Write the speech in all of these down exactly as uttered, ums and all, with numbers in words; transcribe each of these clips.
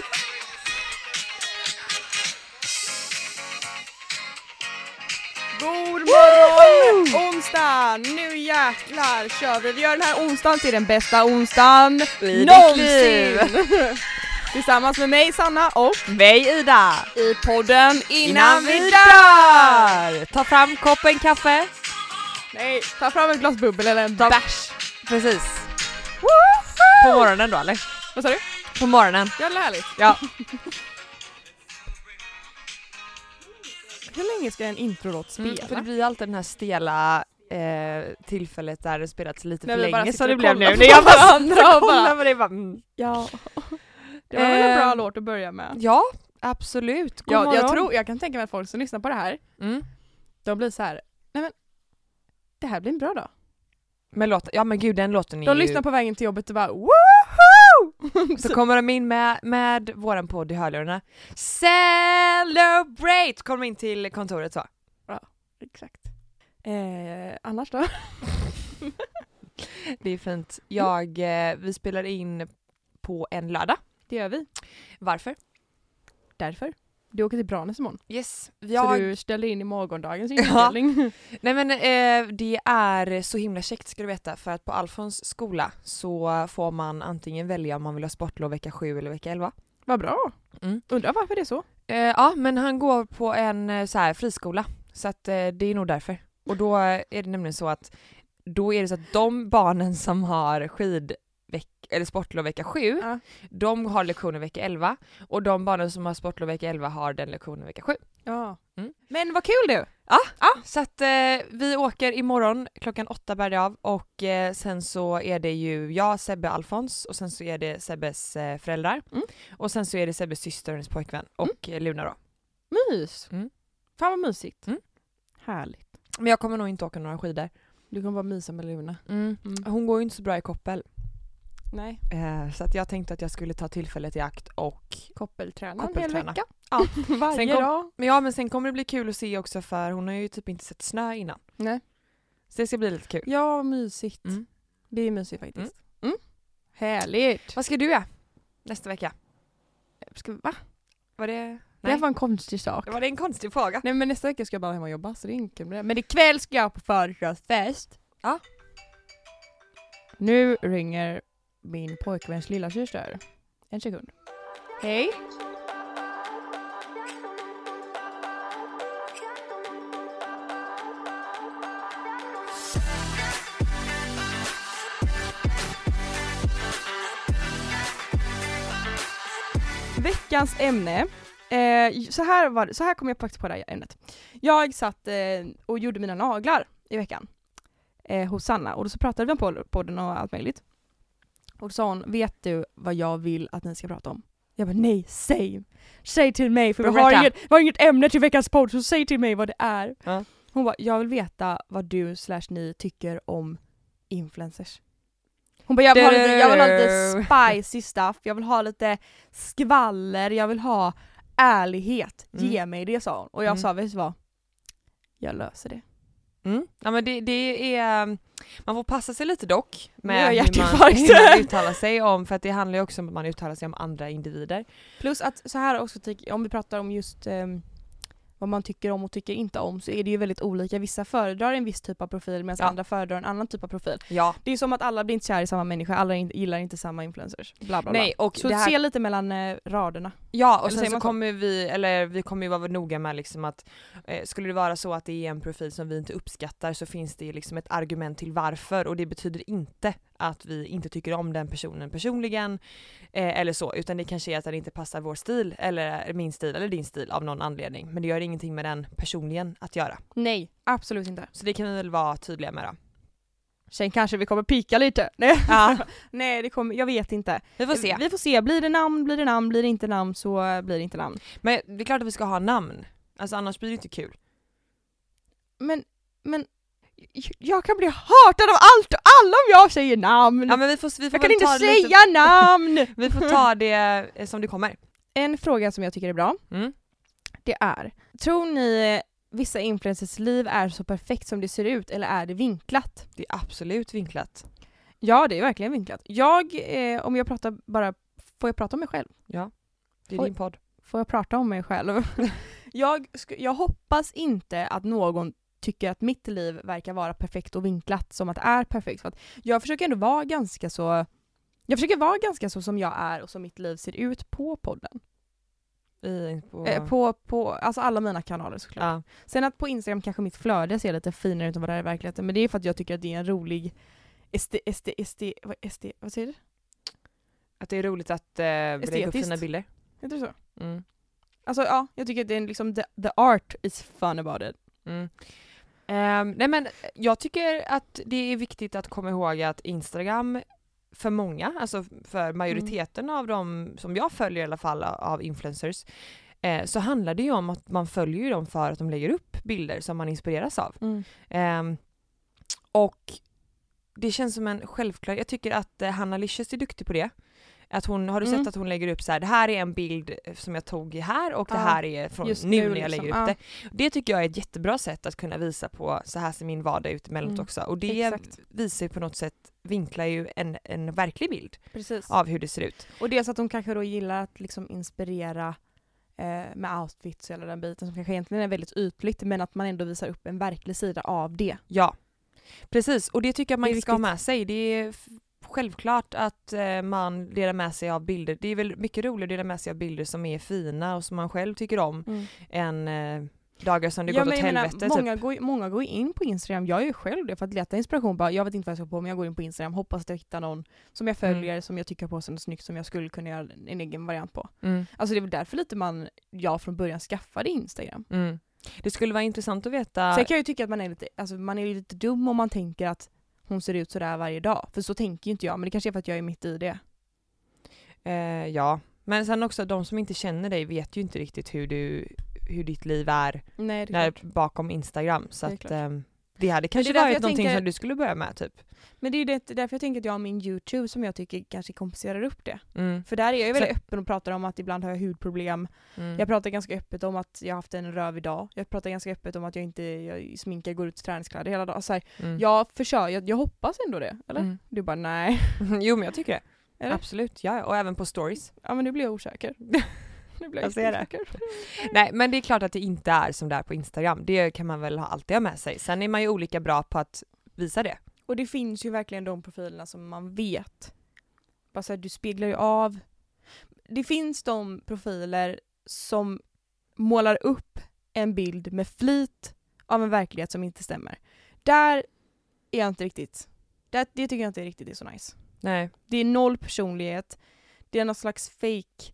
God morgon! Onsdag! Nu jäklar kör vi. Vi gör den här onsdagen till den bästa onsdagen någonsin. Tillsammans med mig Sanna och mig Ida i podden Innan, Innan vi dör. Ta fram koppen kaffe. Nej, ta fram ett glas bubbel eller en ta... bärs. Precis. Woohoo! På morgonen då eller? Vad sa du? På morgonen. Jävla härligt. Ja. Hur länge ska en introlåt spela? Mm, för det blir alltid den här stela eh, tillfället där det spelats lite när för länge så det blev nu. När jag bara andra och bara, bara, det bara mm. Ja. Det var väl en bra låt att börja med. Ja, absolut. God ja, morgon. jag tror jag kan tänka mig att folk som lyssnar på det här mm. de blir så här: nej men det här blir en bra dag. Men låt, ja men gud den låten är de ju... lyssnar på vägen till jobbet och bara woohoo! Så kommer de in med, med våran podd i hörlurarna. Celebrate! Kommer in till kontoret så. Ja, exakt. Eh, annars då? Det är fint. Jag, eh, vi spelar in på en lördag. Det gör vi. Varför? Därför. Du åker till Branäs imorgon. Yes. Jag... Så du ställer in i morgondagens inspelning. Ja. Nej men eh, det är så himla käckt ska du veta. För att på Alfons skola så får man antingen välja om man vill ha sportlov vecka sju eller vecka elva. Vad bra. Mm. Undrar varför det är så? Eh, ja men han går på en så här friskola. Så att eh, det är nog därför. Och då är det nämligen så att då är det så att de barnen som har skid eller sportlov vecka sju, ja. De har lektioner vecka elva och de barnen som har sportlov vecka elva har den lektionen vecka sju. Ja. Mm. Men vad kul du! Ja, ja. Så att eh, vi åker imorgon klockan åtta bär det av och eh, sen så är det ju jag, Sebbe, Alfons och sen så är det Sebbes eh, föräldrar mm. och sen så är det Sebbes syster och hennes pojkvän och mm. Luna då. Mys! Mm. Fan vad mysigt. Mm. Härligt. Men jag kommer nog inte åka några skidor. Du kommer bara mysa med Luna. Mm. Mm. Hon går ju inte så bra i koppel. Nej. Eh, så att jag tänkte att jag skulle ta tillfället i akt och koppelträna, koppelträna. en hel vecka. Ja, varje sen kom, dag. Men ja, men sen kommer det bli kul att se också för hon har ju typ inte sett snö innan. Nej. Så det ska bli lite kul. Ja, mysigt. Mm. Det är mysigt faktiskt. Mm. Mm. Härligt. Vad ska du göra nästa vecka? Ska, va? Var det... Nej. Det var en konstig sak. Det var det en konstig fråga. Nej, men nästa vecka ska jag bara hem och jobba så det är inte med det. Men ikväll ska jag på födelsedagsfest. Ja. Nu ringer min pojkväns lilla syster. En sekund. Hej. Veckans ämne. Eh, så, här var det, så här kom jag faktiskt på det här ämnet. Jag satt eh, och gjorde mina naglar i veckan. Eh, hos Sanna. Och då så pratade vi om podden och allt möjligt. Och då sa hon, vet du vad jag vill att ni ska prata om? Jag bara, nej, säg. Säg till mig, för vi har, inget, vi har inget ämne till veckans podd, så säg till mig vad det är. Uh. Hon bara, jag vill veta vad du slash ni tycker om influencers. Hon bara, jag vill, ha lite, jag vill ha lite spicy stuff, jag vill ha lite skvaller, jag vill ha ärlighet. Mm. Ge mig det, sa hon. Och jag mm. sa, vet du vad? Jag löser det. Mm. Ja, men det, det är man får passa sig lite dock med hur man, hur man uttalar sig om, för att det handlar ju också om att man uttalar sig om andra individer. Plus att så här också, om vi pratar om just um, vad man tycker om och tycker inte om, så är det ju väldigt olika. Vissa föredrar en viss typ av profil medan ja. andra föredrar en annan typ av profil. Ja. Det är som att alla blir inte kär i samma människa, alla in, gillar inte samma influencers. Bla, bla, bla. Nej, och så det här... se lite mellan eh, raderna. Ja, och eller sen så, så kommer vi, eller vi kommer ju vara noga med liksom att eh, skulle det vara så att det är en profil som vi inte uppskattar, så finns det ju liksom ett argument till varför, och det betyder inte att vi inte tycker om den personen personligen eh, eller så, utan det kanske är att den inte passar vår stil eller min stil eller din stil av någon anledning, men det gör ingenting med den personligen att göra. Nej, absolut inte. Så det kan vi väl vara tydliga med då. Sen kanske vi kommer pika lite. Nej, ja. Nej, det kommer, jag vet inte. Vi får se. Vi får se. Blir det namn, blir det namn, blir det inte namn, så blir det inte namn. Men det är klart att vi ska ha namn. Alltså annars blir det inte kul. Men, men jag kan bli hatad av allt och alla om jag säger namn. Ja, men vi får, vi får jag kan inte säga lite... namn. Vi får ta det som det kommer. En fråga som jag tycker är bra. Mm. Det är, tror ni vissa influencers liv är så perfekt som det ser ut, eller är det vinklat? Det är absolut vinklat. Ja, det är verkligen vinklat. Jag, eh, om jag pratar bara, får jag prata om mig själv? Ja. Det är din podd. Får jag prata om mig själv? jag, jag hoppas inte att någon tycker att mitt liv verkar vara perfekt och vinklat som att det är perfekt. För att jag försöker ändå vara ganska så... Jag försöker vara ganska så som jag är och som mitt liv ser ut på podden. I, på... Eh, på, på alltså alla mina kanaler såklart. Ja. Sen att på Instagram kanske mitt flöde ser lite finare ut än vad det är i verkligheten. Men det är för att jag tycker att det är en rolig... Este, este, este, vad, este, vad säger du? Att det är roligt att eh, lägga upp fina bilder. Heter det så? Mm. Alltså ja, jag tycker att det är liksom the, the art is fun about it. Mm. Um, nej men jag tycker att det är viktigt att komma ihåg att Instagram för många, alltså för majoriteten mm. av dem som jag följer i alla fall av influencers, eh, så handlar det ju om att man följer ju dem för att de lägger upp bilder som man inspireras av. Mm. Um, och det känns som en självklar, jag tycker att eh, Hanna Licious är duktig på det. Att hon, har du mm. sett att hon lägger upp så här, det här är en bild som jag tog här och ja. det här är från Just nu nu när jag liksom. lägger upp ja. det. Det tycker jag är ett jättebra sätt att kunna visa på så här ser min vardag ut emellanåt mm. också. Och det Exakt. visar ju på något sätt, vinklar ju en, en verklig bild Precis. av hur det ser ut. Och det är så att de kanske då gillar att liksom inspirera eh, med outfits eller den biten som kanske egentligen är väldigt ytligt, men att man ändå visar upp en verklig sida av det. Ja, precis. Och det tycker jag man det ska ha med sig. Det är självklart att eh, man delar med sig av bilder. Det är väl mycket roligare att dela med sig av bilder som är fina och som man själv tycker om mm. än eh, dagar som det ja, går åt helvete. Menar, många, typ. går, många går in på Instagram. Jag är ju själv det för att leta inspiration. Bara, jag vet inte vad jag ska på, men jag går in på Instagram. Hoppas att jag hittar någon som jag följer, mm. som jag tycker på sig något snyggt som jag skulle kunna göra en egen variant på. Mm. Alltså det är väl därför lite man, jag från början skaffade Instagram. Mm. Det skulle vara intressant att veta. Sen kan jag ju tycka att man är lite, alltså man är lite dum om man tänker att hon ser ut sådär varje dag. För så tänker ju inte jag, men det kanske är för att jag är mitt i det. Eh, ja, men sen också de som inte känner dig vet ju inte riktigt hur du hur ditt liv är, Nej, det är där klart. bakom Instagram. Så det att eh, det hade kanske det är varit någonting tänker, som du skulle börja med typ. Men det är det, därför jag tänker att jag har min YouTube som jag tycker kanske kompenserar upp det. Mm. För där är jag ju väldigt så, öppen och pratar om att ibland har jag hudproblem. Mm. Jag pratar ganska öppet om att jag har haft en röv idag. Jag pratar ganska öppet om att jag inte jag sminkar, går ut i träningskläder hela dagen. Så här, mm. jag försöker, jag, jag hoppas ändå det. Eller? Mm. Du bara nej. Jo men jag tycker det. Eller? Absolut, ja. Och även på stories. Ja men nu blir jag osäker. Nu blir jag, jag ser osäker. det. Nej men det är klart att det inte är som det är på Instagram. Det kan man väl ha, alltid ha med sig. Sen är man ju olika bra på att visa det. Och det finns ju verkligen de profilerna som man vet. Bara så här, du speglar ju av. Det finns de profiler som målar upp en bild med flit av en verklighet som inte stämmer. Där är jag inte riktigt. Det, det tycker jag inte är riktigt är så nice. Nej. Det är noll personlighet. Det är någon slags fake.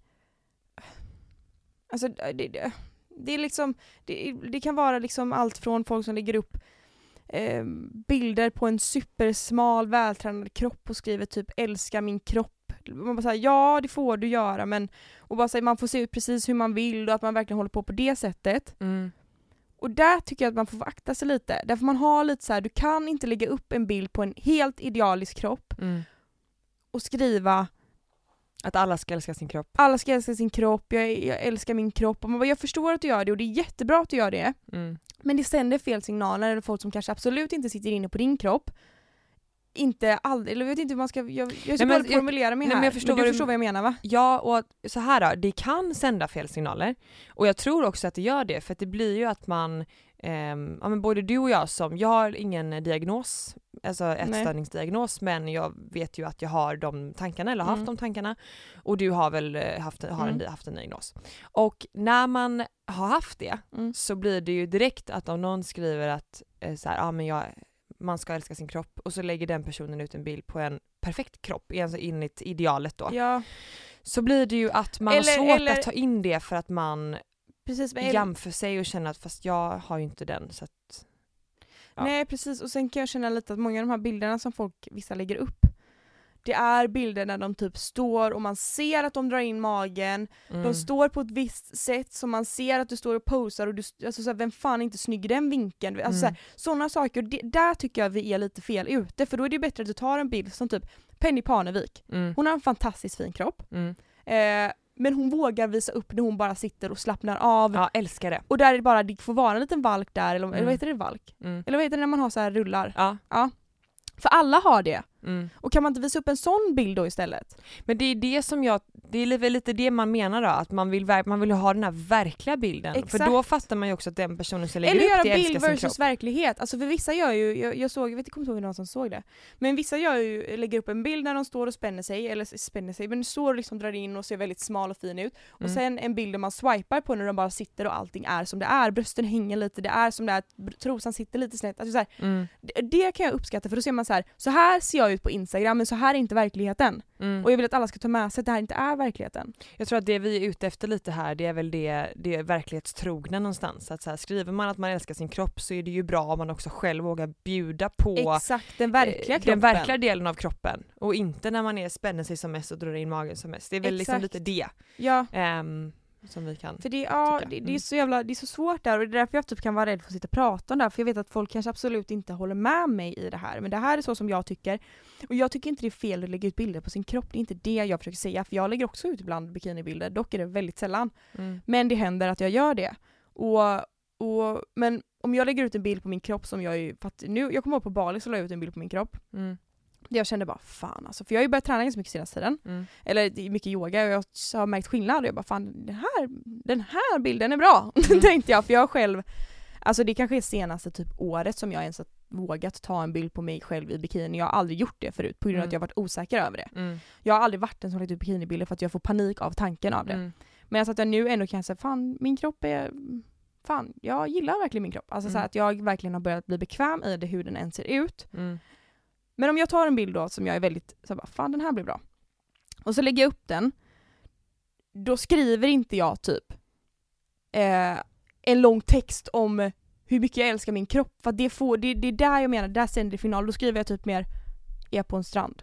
Alltså det, det, det är liksom det, det kan vara liksom allt från folk som lägger upp eh, bilder på en supersmal vältränad kropp och skriver typ älskar min kropp. Man bara säger ja, det får du göra, men och bara säger man får se ut precis hur man vill och att man verkligen håller på på det sättet. Mm. Och där tycker jag att man får akta sig lite. Därför man har lite så här, du kan inte lägga upp en bild på en helt idealisk kropp Mm. och skriva att alla ska älska sin kropp. Alla ska älska sin kropp, jag, jag älskar min kropp. Och man bara, jag förstår att du gör det och det är jättebra att du gör det. Mm. Men det sänder fel signaler eller folk som kanske absolut inte sitter inne på din kropp. Inte aldrig, eller jag vet inte hur man ska, jag, jag ska nej, bara formulera mig nej, här. Men jag förstår men du vad förstår vad jag menar va? Ja, och så här då, det kan sända fel signaler. Och jag tror också att det gör det, för att det blir ju att man, eh, ja men både du och jag som, jag har ingen diagnos, alltså ätstörningsdiagnos, men jag vet ju att jag har de tankarna, eller har mm. haft de tankarna. Och du har väl haft, har mm. en, haft en diagnos. Och när man har haft det, mm. så blir det ju direkt att om någon skriver att eh, så här, ja men jag man ska älska sin kropp och så lägger den personen ut en bild på en perfekt kropp, alltså enligt idealet då. Ja. Så blir det ju att man eller, har svårt eller, att ta in det för att man precis, jämför sig och känner att fast jag har ju inte den. Så att, ja. Nej precis, och sen kan jag känna lite att många av de här bilderna som folk vissa lägger upp, det är bilder när de typ står och man ser att de drar in magen. Mm. De står på ett visst sätt som man ser att du står och posar och du, alltså så här, vem fan är inte snygg i den vinkeln? Alltså, mm. så här, sådana saker, det, där tycker jag vi är lite fel ute, för då är det bättre att du tar en bild som typ Penny Parnevik. Mm. Hon har en fantastiskt fin kropp. Mm. Eh, men hon vågar visa upp när hon bara sitter och slappnar av. Ja, älskar det. Och där är det bara, det får vara en liten valk där, eller, mm. eller vad heter det, valk? Mm. Eller vad heter det när man har så här rullar? Ja. Ja. För alla har det. Mm. Och kan man inte visa upp en sån bild då istället? Men det är det som jag, det är lite det man menar då, att man vill, man vill ha den här verkliga bilden. Exakt. För då fattar man ju också att den personen som lägger Eller upp göra det älskar bild sin versus kropp. verklighet. Alltså för vissa gör ju, jag, jag såg, jag vet inte om det var någon som såg det. Men vissa gör ju, lägger upp en bild när de står och spänner sig, eller spänner sig, men står och liksom drar in och ser väldigt smal och fin ut. Och Mm. sen en bild där man swipar på när de bara sitter och allting är som det är. Brösten hänger lite, det är som det är, trosan sitter lite snett. Alltså så här, Mm. det, det kan jag uppskatta, för då ser man så här, så här ser jag ut på Instagram, men så här är inte verkligheten. Mm. Och jag vill att alla ska ta med sig att det här inte är verkligheten. Jag tror att det vi är ute efter lite här, det är väl det, det är verklighetstrogna någonstans. Att så här, skriver man att man älskar sin kropp så är det ju bra om man också själv vågar bjuda på Exakt, den verkliga eh, kroppen. den verkliga delen av kroppen. Och inte när man är spänner sig som mest och drar in magen som mest. Det är väl liksom Exakt. lite det Ja. ehm, som vi kan För det, ja, tycka. det, det är Mm. så jävla, det är så svårt där, och det är därför jag typ kan vara rädd för att sitta och prata om det här, för jag vet att folk kanske absolut inte håller med mig i det här, men det här är så som jag tycker. Och jag tycker inte det är fel att lägga ut bilder på sin kropp, det är inte det jag försöker säga, för jag lägger också ut ibland bikinibilder, dock är det väldigt sällan. Mm. Men det händer att jag gör det. Och, och, men om jag lägger ut en bild på min kropp som jag ju, för att nu, jag kommer ihåg på Bali så la jag ut en bild på min kropp. Mm. Jag kände bara fan alltså, för jag har ju börjat träna ganska mycket senaste tiden. Mm. Eller det är mycket yoga och jag har märkt skillnad och jag bara fan den här, den här bilden är bra. Mm. Tänkte jag, för jag själv, alltså det kanske är senaste typ året som jag ens har vågat ta en bild på mig själv i bikini. Jag har aldrig gjort det förut på grund av Mm. att jag har varit osäker över det. Mm. Jag har aldrig varit en som lagt ut bikinibilder för att jag får panik av tanken av det. Mm. Men alltså att jag nu ändå kan säga fan min kropp är, fan jag gillar verkligen min kropp. Alltså Mm. så här att jag verkligen har börjat bli bekväm i det, hur den än ser ut. Mm. Men om jag tar en bild då som jag är väldigt, så bara, fan den här blir bra. Och så lägger jag upp den. Då skriver inte jag typ eh, en lång text om hur mycket jag älskar min kropp. För att det, får, det, det är där jag menar, där sänder det final. Då skriver jag typ mer, är på en strand.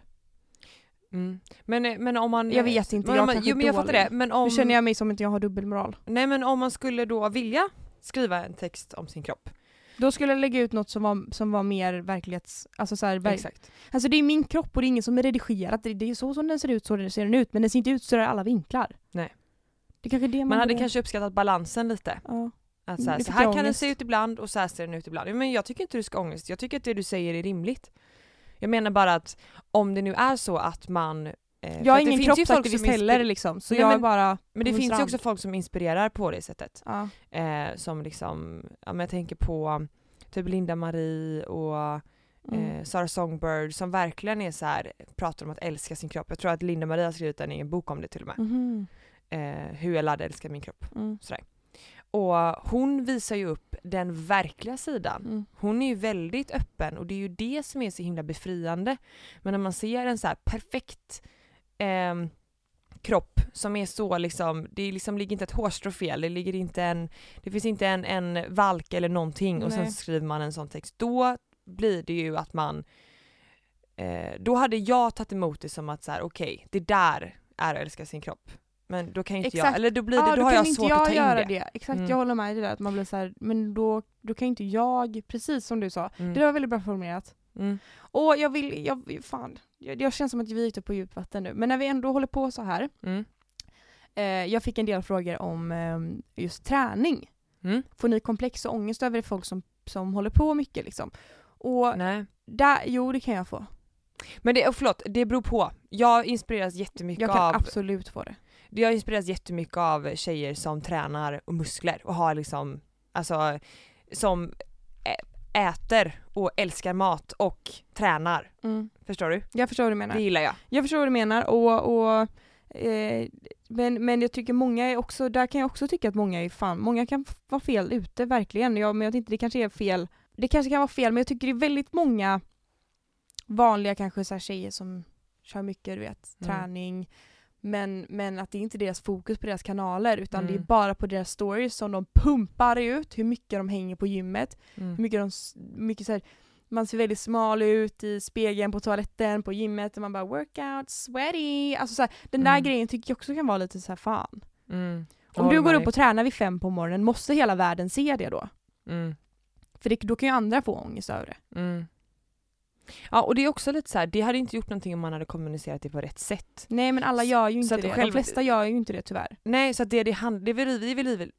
Mm. Men, men om man... Jag vet inte, men jag om man, kanske jo, men jag dålig. fattar det. Men om, Nu känner jag mig som att jag har dubbelmoral. Nej, men om man skulle då vilja skriva en text om sin kropp. Då skulle jag lägga ut något som var, som var mer verklighets... Alltså, så här, verk, Exakt. alltså det är min kropp och det är ingen som är redigerat. Det, det är så som den ser ut, så ser den ut. Men den ser inte ut så där alla vinklar. Nej. Det är kanske det man, Man hade borde... kanske uppskattat balansen lite. Ja. Att så här, Det så fick här jag kan den ångest. se ut ibland och så här ser den ut ibland. Men jag tycker inte du ska ha ångest. Jag tycker att det du säger är rimligt. Jag menar bara att om det nu är så att man... Eh, Jag är det ingen finns ju folk kroppsaktivist som heller inspir- liksom. Så Nej, jag men- är bara... Men det på en finns ju strand. också folk som inspirerar på det sättet. Ja. Eh, som liksom, ja, men jag tänker på typ Linda Marie och Mm. eh, Sarah Songbird som verkligen är så här, pratar om att älska sin kropp. Jag tror att Linda Marie har skrivit en egen bok om det till och med. Mhm. Eh, hur jag lärde älska min kropp. Mm. Sådär. Och hon visar ju upp den verkliga sidan. Mm. Hon är ju väldigt öppen och det är ju det som är så himla befriande. Men när man ser en så här perfekt eh, kropp som är så liksom, det liksom ligger inte ett hårstrå fel, det ligger inte en, det finns inte en, en valk eller någonting och Nej. sen skriver man en sån text. Då blir det ju att man eh, då hade jag tagit emot det som att så här, okej, okay, det där är att älska sin kropp. Men då kan ju inte Exakt. jag, eller då blir det, Ja, då, då har kan jag inte svårt jag att ta göra in det. det. Exakt, Mm. jag håller med i det där. Att man blir så här, men då, då kan inte jag, precis som du sa. Mm. Det var väldigt bra formulerat. Mm. Och jag vill, jag, fan, jag, jag känns som att vi är ute på djupt vatten nu. Men när vi ändå håller på så här. Mm. Eh, jag fick en del frågor om eh, just träning. Mm. Får ni komplex och ångest över folk som, som håller på mycket liksom? Och Nej. där, jo det kan jag få. Men det, oh, förlåt, det beror på. Jag inspireras jättemycket Jag kan av absolut få det. jag inspireras jättemycket av tjejer som tränar och muskler och har liksom, alltså som ä- äter och älskar mat och tränar. Mm. Förstår du? Jag förstår vad du menar. Det gillar jag. Jag förstår vad du menar och, och eh, men, men jag tycker många är också, där kan jag också tycka att många är fan, många kan f- vara fel ute verkligen. Jag, men jag tänkte det kanske är fel, det kanske kan vara fel, men jag tycker det är väldigt många vanliga kanske så här tjejer som kör mycket, du vet, Mm. träning. Men, men att det är inte deras fokus på deras kanaler utan Mm. det är bara på deras stories som de pumpar ut hur mycket de hänger på gymmet. Hur Mm. mycket de, s- mycket så här, man ser väldigt smal ut i spegeln på toaletten, på gymmet och man bara workout, sweaty. Alltså så här, den där Mm. grejen tycker jag också kan vara lite så här fan. Mm. Jag Om håller du går med upp dig. och tränar vid fem på morgonen, måste hela världen se det då? Mm. För det, då kan ju andra få ångest över det. Mm. Ja, och det är också lite så här, det hade inte gjort någonting om man hade kommunicerat det på rätt sätt. Nej, men alla gör ju inte det. Själv... De flesta gör ju inte det tyvärr. Nej, så att det, det, hand, det, vill, vi vill, vill,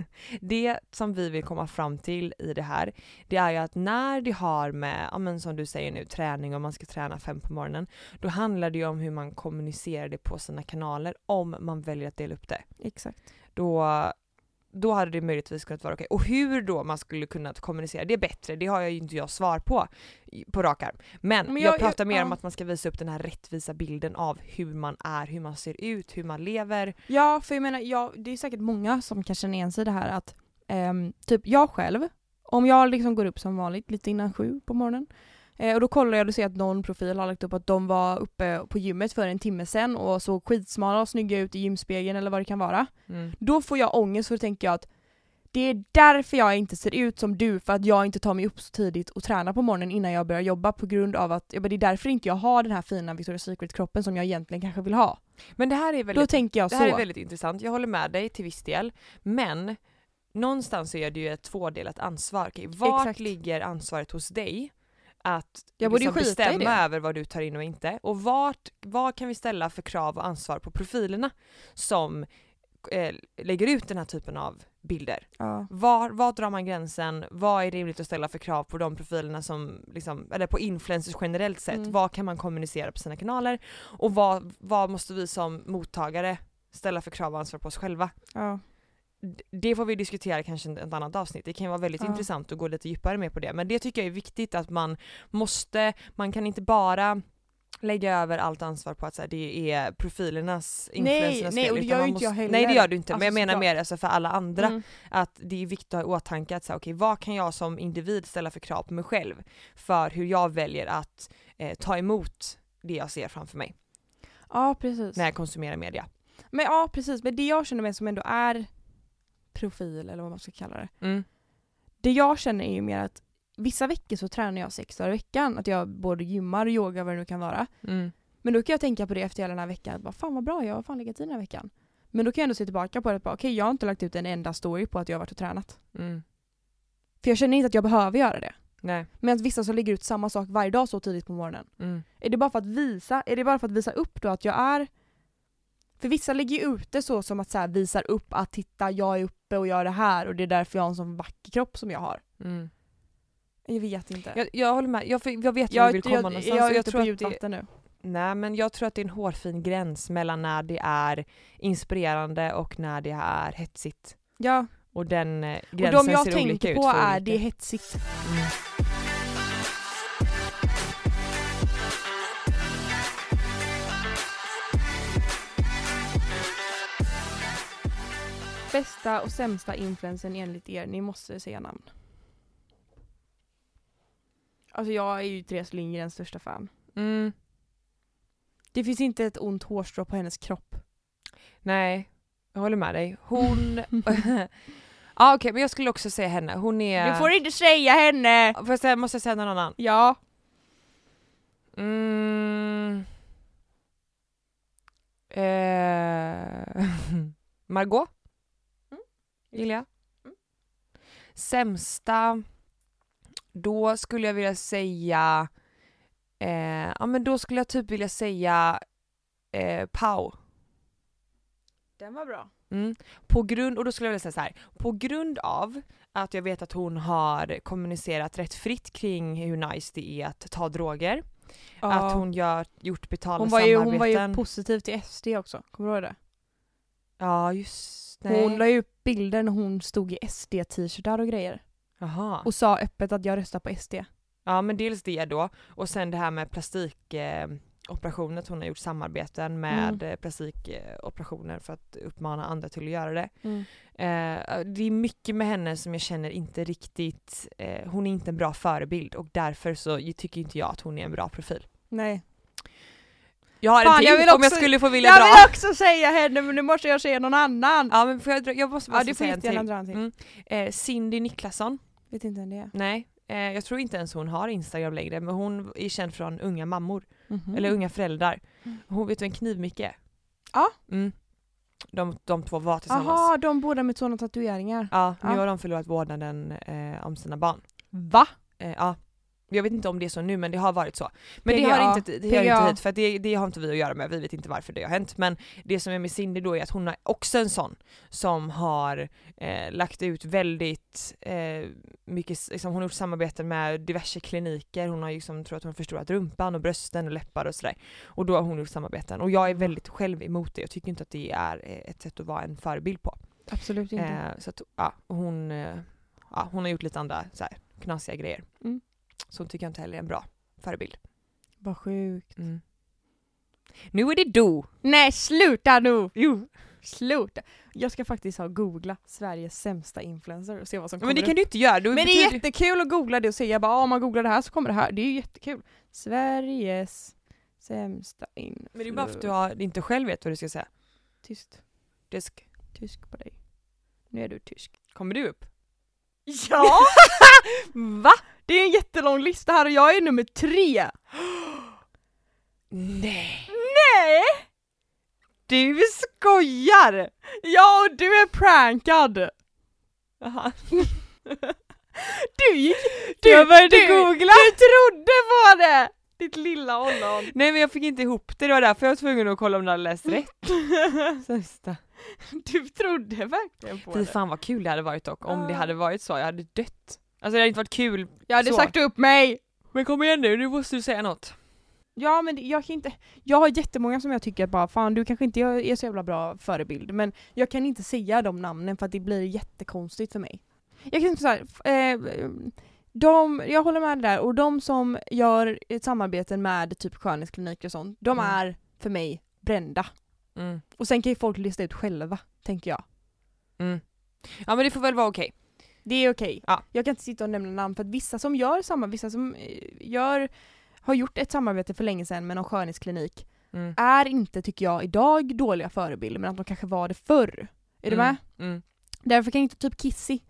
det som vi vill komma fram till i det här, det är ju att när det har med, ja, men som du säger nu, träning och man ska träna fem på morgonen, då handlar det ju om hur man kommunicerar det på sina kanaler om man väljer att dela upp det. Exakt. Då... då hade det möjligtvis kunnat vara okej. Och hur då man skulle kunna kommunicera det bättre, det har jag ju inte jag svar på på rak arm. Men, Men jag, jag pratar jag, mer ja. om att man ska visa upp den här rättvisa bilden av hur man är, hur man ser ut, hur man lever. Ja, för jag menar, ja, det är säkert många som kan känna igen sig i det här att um, typ jag själv, om jag liksom går upp som vanligt lite innan sju på morgonen, Eh, och då kollar jag och ser att någon profil har lagt upp att de var uppe på gymmet för en timme sedan och såg skitsmala och snygga ut i gymspegeln eller vad det kan vara. Mm. Då får jag ångest för att tänka jag att det är därför jag inte ser ut som du, för att jag inte tar mig upp så tidigt och tränar på morgonen innan jag börjar jobba, på grund av att ja, det är därför inte jag har den här fina Victoria's Secret-kroppen som jag egentligen kanske vill ha. Men det här är väldigt, då tänker jag det så. här är väldigt intressant. Jag håller med dig till viss del, men någonstans är det ju ett tvådelat ansvar. Okej, vart Exakt. ligger ansvaret hos dig? Att jag borde liksom bestämma det. över vad du tar in och inte. Och vart, vad kan vi ställa för krav och ansvar på profilerna som eh, lägger ut den här typen av bilder? Ja. Var, var drar man gränsen? Vad är rimligt att ställa för krav på de profilerna som, liksom, eller på influencers generellt sett? Mm. Vad kan man kommunicera på sina kanaler? Och vad, vad måste vi som mottagare ställa för krav och ansvar på oss själva? Ja. Det får vi diskutera kanske ett annat avsnitt. Det kan ju vara väldigt ja. intressant att gå lite djupare med på det. Men det tycker jag är viktigt, att man måste, man kan inte bara lägga över allt ansvar på att så här, det är profilernas, influencernas nej, fel. Nej, och det gör ju inte jag heller. Nej, det gör du inte. Alltså, men jag menar klart. mer alltså, för alla andra. Mm. Att det är viktigt att ha i åtanke att så här, okay, vad kan jag som individ ställa för krav på mig själv? För hur jag väljer att eh, ta emot det jag ser framför mig. Ja, precis. När jag konsumerar media. Men ja, precis. Men det jag känner mig som ändå är profil, eller vad man ska kalla det. Mm. Det jag känner är ju mer att vissa veckor så tränar jag sex dagar i veckan. Att jag både gymmar och yoga, vad det nu kan vara. Mm. Men då kan jag tänka på det efter hela den här veckan. Att bara, fan vad bra, jag har fan legat i den här veckan. Men då kan jag ändå se tillbaka på det. Okej, okay, jag har inte lagt ut en enda story på att jag har varit och tränat. Mm. För jag känner inte att jag behöver göra det. Nej. Men att vissa som lägger ut samma sak varje dag så tidigt på morgonen. Mm. Är det bara för att visa? Är det bara för att visa upp då att jag är... För vissa lägger ju ut det så som att så här, visar upp att titta, jag är uppe och gör det här. Och det är därför jag har en sån vacker kropp som jag har. Mm. Jag vet inte. Jag, jag håller med. Jag, jag vet jag, var du vill komma jag, någonstans. Jag, jag är jag ute tror på djupvatten nu. Nej, men jag tror att det är en hårfin gräns mellan när det är inspirerande och när det är hetsigt. Ja. Och den eh, gränsen och de jag ser tänker olika på ut är olika. det är hetsigt. Mm. Bästa och sämsta influensen enligt er, ni måste säga namn. Alltså jag är ju Therese Lindgrens största fan. Mm. Det finns inte ett ont hårstrå på hennes kropp. Nej, jag håller med dig. Hon... Ja, okej, okay, men jag skulle också säga henne. Hon är... Du får inte säga henne! Får jag säga, måste jag säga någon annan? Ja. Mm. Eh... Margot? Mm. Gillar jag. Mm. Sämsta... Då skulle jag vilja säga... Eh, ja, men då skulle jag typ vilja säga... Eh, Pau. Den var bra. Mm. På grund, och då skulle jag vilja säga så här, på grund av att jag vet att hon har kommunicerat rätt fritt kring hur nice det är att ta droger. Ja. Att hon gör, gjort betalda hon var ju, samarbeten. Hon var ju positiv till S D också, kommer du ihåg det? Ja, just nej. Hon la ju upp bilder när hon stod i S D-t-shirtar och grejer. Aha. Och sa öppet att jag röstar på S D. Ja, men dels det då. Och sen det här med plastik... Eh, operationer, hon har gjort samarbeten med mm. plastikoperationer för att uppmana andra till att göra det. Mm. Eh, det är mycket med henne som jag känner inte riktigt, eh, hon är inte en bra förebild och därför så tycker inte jag att hon är en bra profil. Nej. Jag har Fan, en till jag vill om också, jag skulle få vilja jag dra. Jag vill också säga henne, men nu måste jag säga någon annan. Ja, men får jag, jag måste bara ja, säga en till. En till. Mm. Eh, Cindy Niklasson. Vet inte vem det är. Nej. Jag tror inte ens hon har Instagram längre, men hon är känd från unga mammor. Mm-hmm. Eller unga föräldrar. Hon vet en knivmicke. Ja. Mm. De, de två var tillsammans. Jaha, de båda med sådana tatueringar. Ja, nu ja. har de förlorat vårdnaden eh, om sina barn. Va? Eh, ja. Jag vet inte om det är så nu, men det har varit så. Men P G A, det har inte, det hör P G A. inte hit, för att det, det har inte vi att göra med. Vi vet inte varför det har hänt. Men det som är med Cindy då är att hon är också en sån som har eh, lagt ut väldigt eh, mycket, liksom, hon har gjort samarbeten med diverse kliniker. Hon har ju liksom, tror att hon har förstorat rumpan och brösten och läppar och sådär. Och då har hon gjort samarbeten. Och jag är väldigt själv emot det. Jag tycker inte att det är ett sätt att vara en förebild på. Absolut inte. Eh, så att, ja, hon, eh, ja, hon har gjort lite andra så här, knasiga grejer. Mm. Så tycker jag inte heller är en bra förebild. Vad sjukt. Mm. Nu är det du! Nej, sluta nu! Jo. Sluta. Jag ska faktiskt ha googla Sveriges sämsta influencer och se vad som kommer Men det kan upp. du inte göra. Du Men det betyder... är jättekul att googla det och säga bara, om man googlar det här så kommer det här. Det är ju jättekul. Sveriges sämsta influencer. Men det är bara för att du har, inte själv vet vad du ska säga. Tyst. Tysk. Tysk på dig. Nu är du tysk. Kommer du upp? Ja! Va? Det är en jättelång lista här och jag är nummer tre. Nej. Nej! Du skojar! Ja, och du är prankad. Aha. Du gick... Du, jag började du, googla. Du trodde på det! Ditt lilla ollon. Nej, men jag fick inte ihop det. Det var därför jag var tvungen att kolla om du hade läst rätt. Sista. Du trodde verkligen på Fy det. fan vad kul det hade varit dock. Om Ah. det hade varit så. Jag hade dött. Alltså det hade inte varit kul. Jag hade så. sagt upp mig. Men kom igen nu, nu måste du säga något. Ja, men det- jag kan inte... Jag har jättemånga som jag tycker bara, fan du kanske inte är så jävla bra förebild. Men jag kan inte säga de namnen för att det blir jättekonstigt för mig. Jag kan inte säga... Eh, de, jag håller med där. Och de som gör ett samarbete med typ skönhetskliniker och sånt, de Mm. är för mig brända. Mm. Och sen kan ju folk lista ut själva, tänker jag. Mm. Ja, men det får väl vara okej. Det är okej. Ja. Jag kan inte sitta och nämna namn för att vissa som gör samma, vissa som eh, gör, har gjort ett samarbete för länge sedan med någon skönhetsklinik Mm. är inte, tycker jag, idag dåliga förebilder, men att de kanske var det förr. Är du med? Mm. Därför kan inte typ Kissy,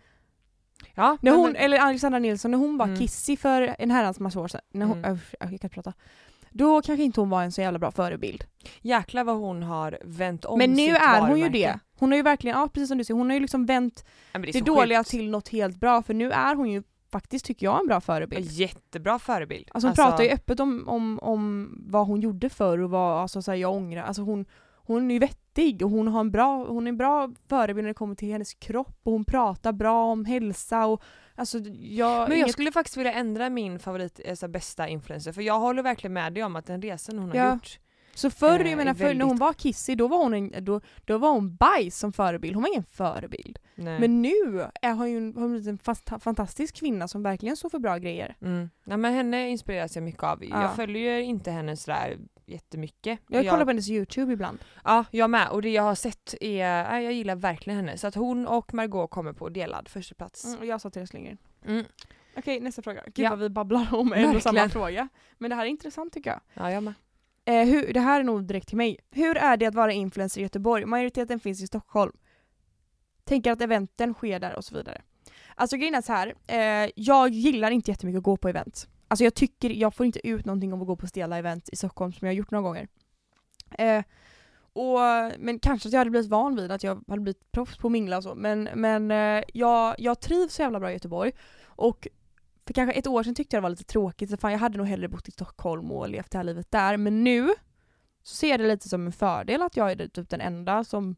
Ja, när men- hon, eller Alexandra Nilsson, när hon var Mm. Kissy för en herrans massa år sedan, när hon, Mm. öh, jag kan inte prata, då kanske inte hon var en så jävla bra förebild. Jäklar vad hon har vänt om Men nu sitt är hon ju varumärke. det. Hon har ju verkligen, ja precis som du säger, hon har ju liksom vänt Ja, men det är det så dåliga sjukt. till något helt bra, för nu är hon ju faktiskt, tycker jag, en bra Ja, förebild. jättebra förebild. Alltså hon pratar ju öppet om, om, om vad hon gjorde förr och vad, alltså så här, jag ångrar, alltså hon, hon är ju vettig och hon har en bra, hon är en bra förebild när det kommer till hennes kropp och hon pratar bra om hälsa och alltså jag... Men jag inget- skulle faktiskt vilja ändra min favorit, alltså bästa influencer, för jag håller verkligen med dig om att den resan hon har Ja. gjort. Så förr, eh, jag menar, är förr när hon väldigt- var Kissy, då var hon, en, då, då var hon bajs som förebild, hon var ingen förebild. Nej. Men nu är hon ju en, hon är en fast, fantastisk kvinna som verkligen står för bra grejer. Mm. Ja, men henne inspireras jag mycket av. Ja. Jag följer ju inte henne sådär jättemycket. Jag jag kollar på hennes YouTube ibland. Ja, jag med. Och det jag har sett är, nej, jag gillar verkligen henne. Så att hon och Margot kommer på delad första plats. Mm, och jag sa till Slingren. Mm. Okej, nästa fråga. Gud Ja. vad vi babblar om en och samma Verkligen. fråga. Men det här är intressant tycker jag. Ja, jag med. Eh, hur, det här är nog direkt till mig. Hur är det att vara influencer i Göteborg? Majoriteten finns i Stockholm. Tänker att eventen sker där och så vidare. Alltså grejen är så här. Eh, jag gillar inte jättemycket att gå på event. Alltså jag tycker, jag får inte ut någonting av att gå på stela event i Stockholm som jag har gjort några gånger. Eh, och, men kanske att jag hade blivit van vid att jag hade blivit proffs på att mingla och så. Men, men eh, jag, jag trivs så jävla bra i Göteborg. Och för kanske ett år sedan tyckte jag det var lite tråkigt. Så fan, jag hade nog hellre bott i Stockholm och levt det här livet där. Men nu så ser jag det lite som en fördel att jag är typ den enda som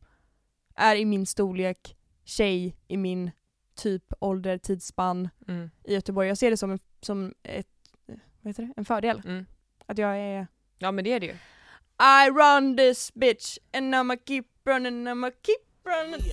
är i min storlek, tjej i min typ ålder, tidsspann Mm. i Göteborg. Jag ser det som en, som ett, vad heter det? En fördel. Mm. Att jag är... Ja, men det är det ju. I run this bitch and I'ma keep running, I'ma keep running.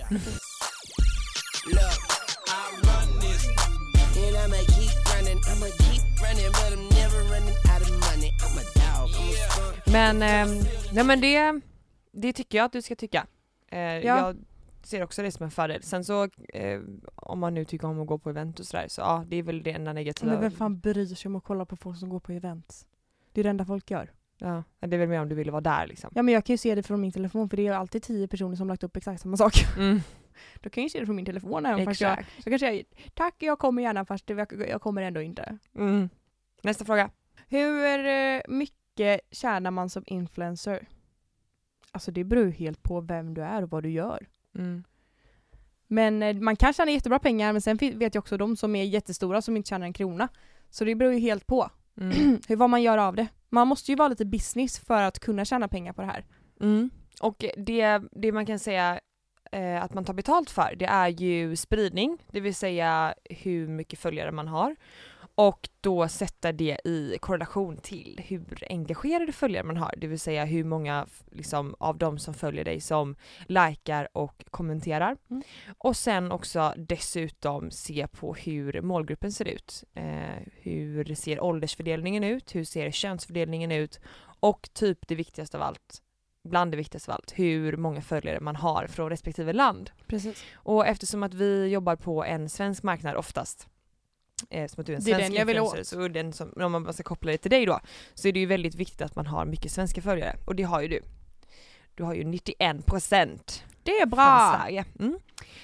Look, I run this, and I'ma keep running. I'ma keep running, but I'm never running out of money. I'm a dog, I'm a skunk. Men, ehm, ja, men det, det tycker jag att du ska tycka. Eh, Jag ser också det som en fördel. Sen så, eh, om man nu tycker om att gå på event och sådär, så ja, det är väl det enda negativa. Men vem fan bryr sig om att kolla på folk som går på event? Det är det enda folk gör. Ja, det är väl mer om du ville vara där liksom. Ja, men jag kan ju se det från min telefon för det är alltid tio personer som lagt upp exakt samma sak. Mm. Då kan jag ju se det från min telefon även fast jag, Exakt. så kanske jag tack jag kommer gärna fast det, jag, jag kommer ändå inte. Mm. Nästa fråga. Hur eh, mycket tjänar man som influencer? Alltså det beror ju helt på vem du är och vad du gör. Mm. Men eh, man kan tjäna jättebra pengar men sen fin- vet jag också de som är jättestora som inte tjänar en krona. Så det beror ju helt på mm. hur vad man gör av det. Man måste ju vara lite business för att kunna tjäna pengar på det här. Mm. Och det, det man kan säga eh, att man tar betalt för, det är ju spridning, det vill säga hur mycket följare man har. Och då sätta det i korrelation till hur engagerade följare man har. Det vill säga hur många liksom, av dem som följer dig som likar och kommenterar. Mm. Och sen också dessutom se på hur målgruppen ser ut. Eh, hur ser åldersfördelningen ut? Hur ser könsfördelningen ut? Och typ det viktigaste av allt, bland det viktigaste av allt, hur många följare man har från respektive land. Precis. Och eftersom att vi jobbar på en svensk marknad oftast, Eh, som att du är en det är svensk den jag vill åt. Så den som, om man ska koppla det till dig då, så är det ju väldigt viktigt att man har mycket svenska följare. Och det har ju du. Du har ju nittioen procent. Det är bra! Från Sverige. Mm.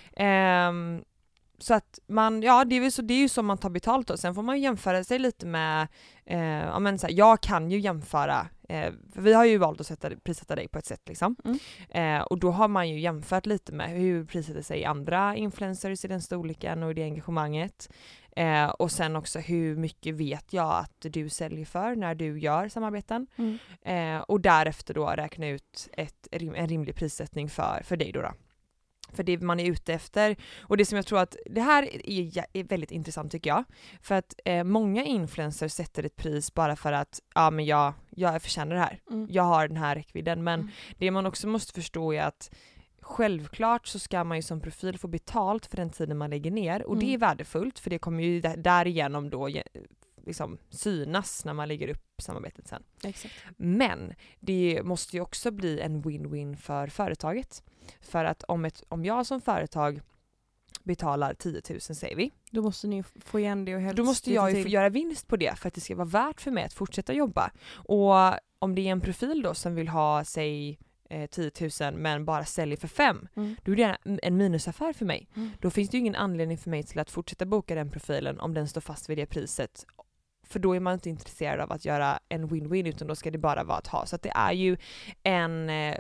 Ehm, så att man, ja det är, ju så, det är ju som man tar betalt då. Sen får man jämföra sig lite med, eh, ja men så här, jag kan ju jämföra, eh, för vi har ju valt att sätta, prissätta dig på ett sätt liksom. Mm. Eh, och då har man ju jämfört lite med hur prissätter sig andra influencers i den storleken och i det engagemanget. Eh, och sen också hur mycket vet jag att du säljer för när du gör samarbeten. Mm. Eh, och därefter då räkna ut ett, en rimlig prissättning för, för dig då, då. För det man är ute efter. Och det som jag tror att det här är, är väldigt intressant tycker jag. För att eh, många influencers sätter ett pris bara för att ja men jag, jag förtjänar det här. Mm. Jag har den här räckvidden. Men mm. det man också måste förstå är att självklart så ska man ju som profil få betalt för den tiden man lägger ner. Och mm. det är värdefullt för det kommer ju därigenom då liksom synas när man lägger upp samarbetet sen. Exakt. Men det måste ju också bli en win-win för företaget. För att om, ett, om jag som företag betalar tio tusen säger vi. Då måste ni få igen det och helst. Då måste jag ju få göra vinst på det för att det ska vara värt för mig att fortsätta jobba. Och om det är en profil då som vill ha sig eh, tio tusen men bara säljer för fem, mm. då är det en minusaffär för mig. Mm. Då finns det ju ingen anledning för mig till att fortsätta boka den profilen om den står fast vid det priset. För då är man inte intresserad av att göra en win-win utan då ska det bara vara att ha. Så att det är ju en eh,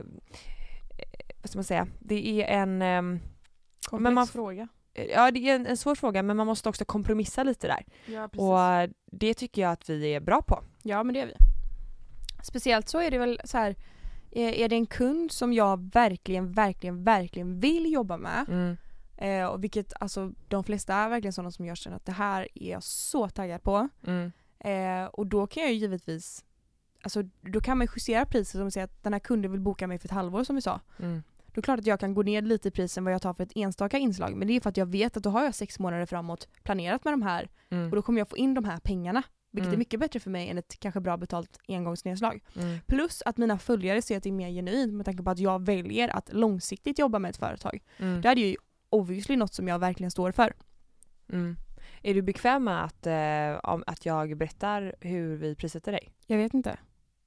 vad ska man säga? Det är en eh, komplex men man, fråga. Ja, det är en, en svår fråga men man måste också kompromissa lite där. Ja, precis. Och det tycker jag att vi är bra på. Ja, men det är vi. Speciellt så är det väl så här, är det en kund som jag verkligen, verkligen, verkligen vill jobba med. Mm. Eh, och vilket, alltså de flesta är verkligen sådana som jag känner att det här är jag så taggad på. Mm. Eh, och då kan jag ju givetvis, alltså då kan man justera priset som säger att den här kunden vill boka mig för ett halvår som vi sa. Mm. Då är det klart att jag kan gå ner lite i prisen vad jag tar för ett enstaka inslag. Men det är för att jag vet att då har jag sex månader framåt planerat med de här. Mm. Och då kommer jag få in de här pengarna. Vilket mm. är mycket bättre för mig än ett kanske bra betalt engångsnedslag. Mm. Plus att mina följare ser att det är mer genuint med tanke på att jag väljer att långsiktigt jobba med ett företag. Mm. Det är ju obviously något som jag verkligen står för. Mm. Är du bekväm med att, eh, om, att jag berättar hur vi prissätter dig? Jag vet inte.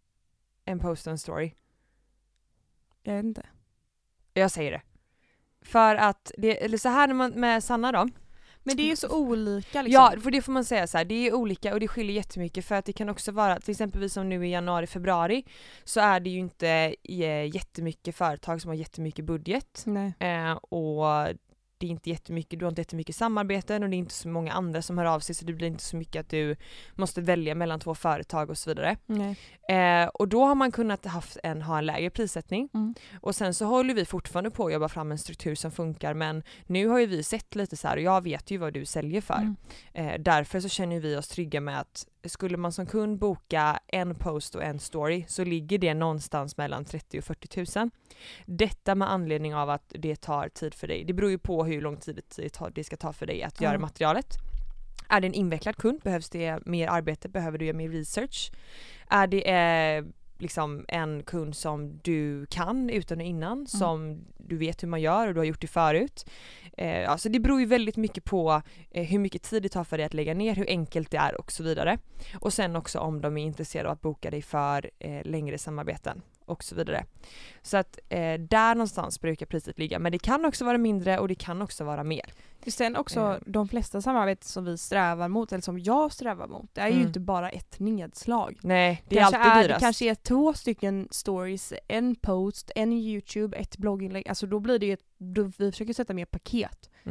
En post och en story? Jag vet inte. Jag säger det. För att, det, eller så här när man, med Sanna då. Men det är ju så olika liksom. Ja, för det får man säga så här. Det är olika och det skiljer jättemycket för att det kan också vara, till exempel vi som nu i januari, februari så är det ju inte jättemycket företag som har jättemycket budget. Nej. Eh, och det är inte jättemycket, du har inte jättemycket samarbeten och det är inte så många andra som hör av sig så det blir inte så mycket att du måste välja mellan två företag och så vidare. Eh, och då har man kunnat haft en, ha en lägre prissättning. Mm. Och sen så håller vi fortfarande på att jobba fram en struktur som funkar men nu har ju vi sett lite så här och jag vet ju vad du säljer för. Mm. Eh, därför så känner vi oss trygga med att skulle man som kund boka en post och en story så ligger det någonstans mellan trettio och fyrtio tusen. Detta med anledning av att det tar tid för dig. Det beror ju på hur lång tid det, tar, det ska ta för dig att mm. göra materialet. Är det en invecklad kund? Behövs det mer arbete? Behöver du göra mer research? Är det eh, liksom en kund som du kan utan och innan? Mm. Som du vet hur man gör och du har gjort det förut? Eh, alltså det beror ju väldigt mycket på eh, hur mycket tid det tar för dig att lägga ner, hur enkelt det är och så vidare. Och sen också om de är intresserade av att boka dig för eh, längre samarbeten och så vidare. Så att eh, där någonstans brukar priset ligga. Men det kan också vara mindre och det kan också vara mer. Sen också mm. de flesta samarbeten som vi strävar mot, eller som jag strävar mot, det är mm. ju inte bara ett nedslag. Nej, det är kanske alltid är, dyrast. Det kanske är två stycken stories, en post, en YouTube, ett blogginlägg. Alltså då blir det ju ett, då, vi försöker sätta mer paket. Mm.